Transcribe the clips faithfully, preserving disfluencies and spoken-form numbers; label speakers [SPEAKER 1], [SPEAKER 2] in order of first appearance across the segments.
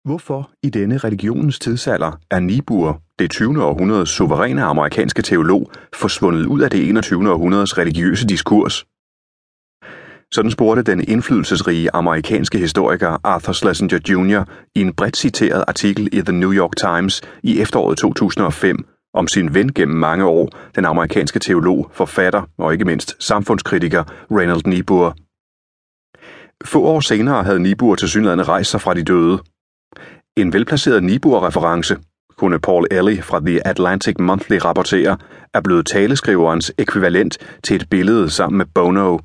[SPEAKER 1] Hvorfor i denne religionens tidsalder er Niebuhr, det tyvende århundredes suveræne amerikanske teolog, forsvundet ud af det enogtyvende århundredes religiøse diskurs? Sådan spurgte den indflydelsesrige amerikanske historiker Arthur Schlesinger junior i en bredt citeret artikel i The New York Times i efteråret to tusind og fem om sin ven gennem mange år, den amerikanske teolog, forfatter og ikke mindst samfundskritiker Reinhold Niebuhr. Få år senere havde Niebuhr tilsyneladende rejst sig fra de døde. En velplaceret Niebuhr-reference, kunne Paul Elie fra The Atlantic Monthly rapportere, er blevet taleskriverens ekvivalent til et billede sammen med Bono.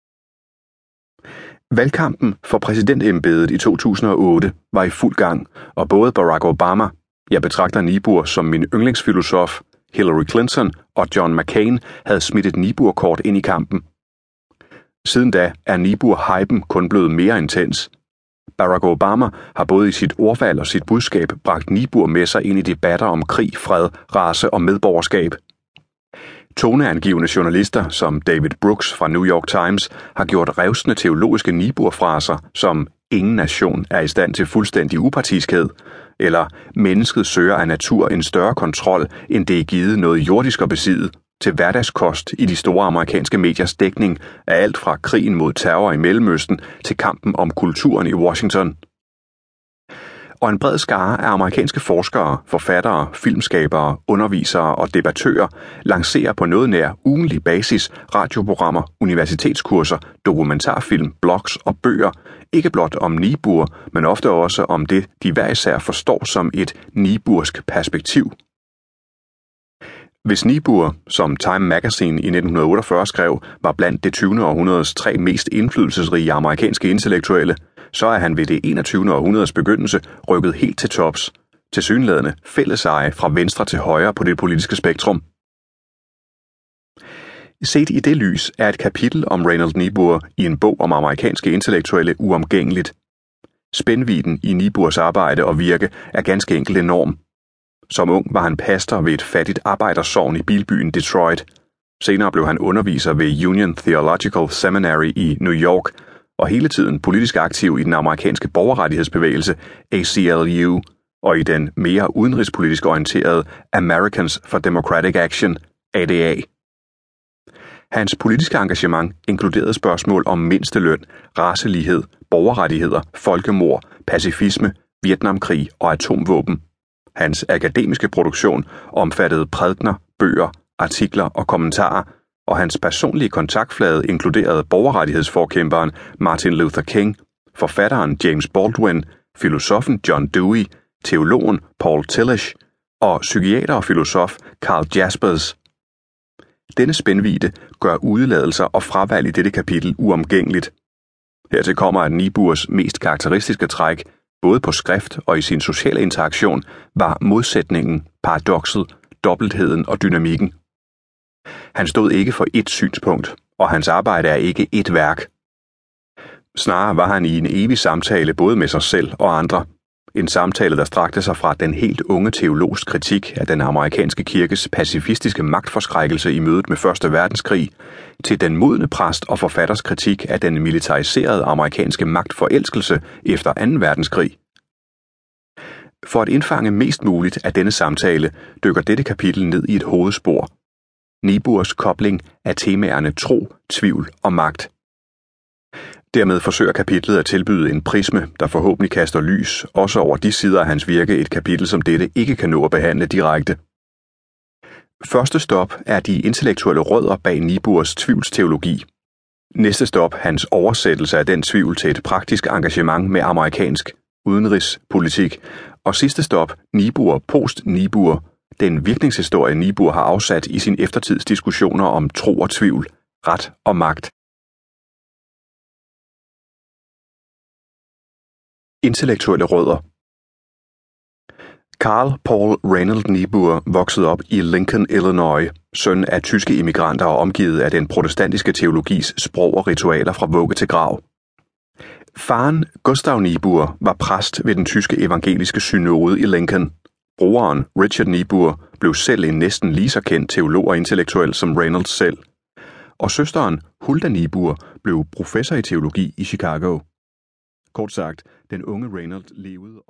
[SPEAKER 1] Valgkampen for præsidentembedet i to tusind og otte var i fuld gang, og både Barack Obama, jeg betragter Niebuhr som min yndlingsfilosof, Hillary Clinton og John McCain havde smidt et Niebuhr-kort ind i kampen. Siden da er Niebuhr-hypen kun blevet mere intens. Barack Obama har både i sit ordvalg og sit budskab bragt Niebuhr med sig ind i debatter om krig, fred, race og medborgerskab. Toneangivende journalister som David Brooks fra New York Times har gjort revsende teologiske Niebuhr-fraser som "ingen nation er i stand til fuldstændig upartiskhed" eller "mennesket søger af natur en større kontrol, end det er givet noget jordisk at besidde" til hverdagskost i de store amerikanske mediers dækning af alt fra krigen mod terror i Mellemøsten til kampen om kulturen i Washington. Og en bred skare af amerikanske forskere, forfattere, filmskabere, undervisere og debattører lancerer på noget nær ugentlig basis radioprogrammer, universitetskurser, dokumentarfilm, blogs og bøger, ikke blot om Niebuhr, men ofte også om det, de hver især forstår som et niebuhrsk perspektiv. Hvis Niebuhr, som Time Magazine i nitten otteogfyrre skrev, var blandt det tyvende århundredes tre mest indflydelsesrige amerikanske intellektuelle, så er han ved det enogtyvende århundredes begyndelse rykket helt til tops, tilsyneladende fælleseje fra venstre til højre på det politiske spektrum. Set i det lys er et kapitel om Reinhold Niebuhr i en bog om amerikanske intellektuelle uomgængeligt. Spændvidden i Niebuhrs arbejde og virke er ganske enkelt enorm. Som ung var han pastor ved et fattigt arbejdersogn i bilbyen Detroit. Senere blev han underviser ved Union Theological Seminary i New York, og hele tiden politisk aktiv i den amerikanske borgerrettighedsbevægelse A C L U og i den mere udenrigspolitisk orienterede Americans for Democratic Action, A D A. Hans politiske engagement inkluderede spørgsmål om mindsteløn, racelighed, borgerrettigheder, folkemord, pacifisme, Vietnamkrig og atomvåben. Hans akademiske produktion omfattede prædikener, bøger, artikler og kommentarer, og hans personlige kontaktflade inkluderede borgerrettighedsforkæmperen Martin Luther King, forfatteren James Baldwin, filosoffen John Dewey, teologen Paul Tillich og psykiater og filosof Carl Jaspers. Denne spændvidde gør udeladelser og fravalg i dette kapitel uomgængeligt. Hertil kommer, at Niebuhrs mest karakteristiske træk, både på skrift og i sin sociale interaktion, var modsætningen, paradokset, dobbeltheden og dynamikken. Han stod ikke for ét synspunkt, og hans arbejde er ikke ét værk. Snarere var han i en evig samtale både med sig selv og andre. En samtale, der strakte sig fra den helt unge teologs kritik af den amerikanske kirkes pacifistiske magtforskrækkelse i mødet med første verdenskrig, til den modne præst og forfatters kritik af den militariserede amerikanske magtforelskelse efter anden verdenskrig. For at indfange mest muligt af denne samtale, dykker dette kapitel ned i et hovedspor. Niebuhrs kobling af temaerne tro, tvivl og magt. Dermed forsøger kapitlet at tilbyde en prisme, der forhåbentlig kaster lys også over de sider af hans virke, et kapitel som dette ikke kan nå at behandle direkte. Første stop er de intellektuelle rødder bag Niebuhrs tvivlsteologi. Næste stop hans oversættelse af den tvivl til et praktisk engagement med amerikansk udenrigspolitik. Og sidste stop Niebuhr post-Niebuhr, den virkningshistorie Niebuhr har afsat i sin eftertids diskussioner om tro og tvivl, ret og magt. Intellektuelle rødder. Carl Paul Reinhold Niebuhr voksede op i Lincoln, Illinois, søn af tyske immigranter og omgivet af den protestantiske teologis sprog og ritualer fra vugge til grav. Faren, Gustav Niebuhr, var præst ved den tyske evangeliske synode i Lincoln. Broderen, Richard Niebuhr, blev selv en næsten lige så kendt teolog og intellektuel som Reinhold selv. Og søsteren, Hulda Niebuhr, blev professor i teologi i Chicago. Kort sagt, den unge Reinhold levede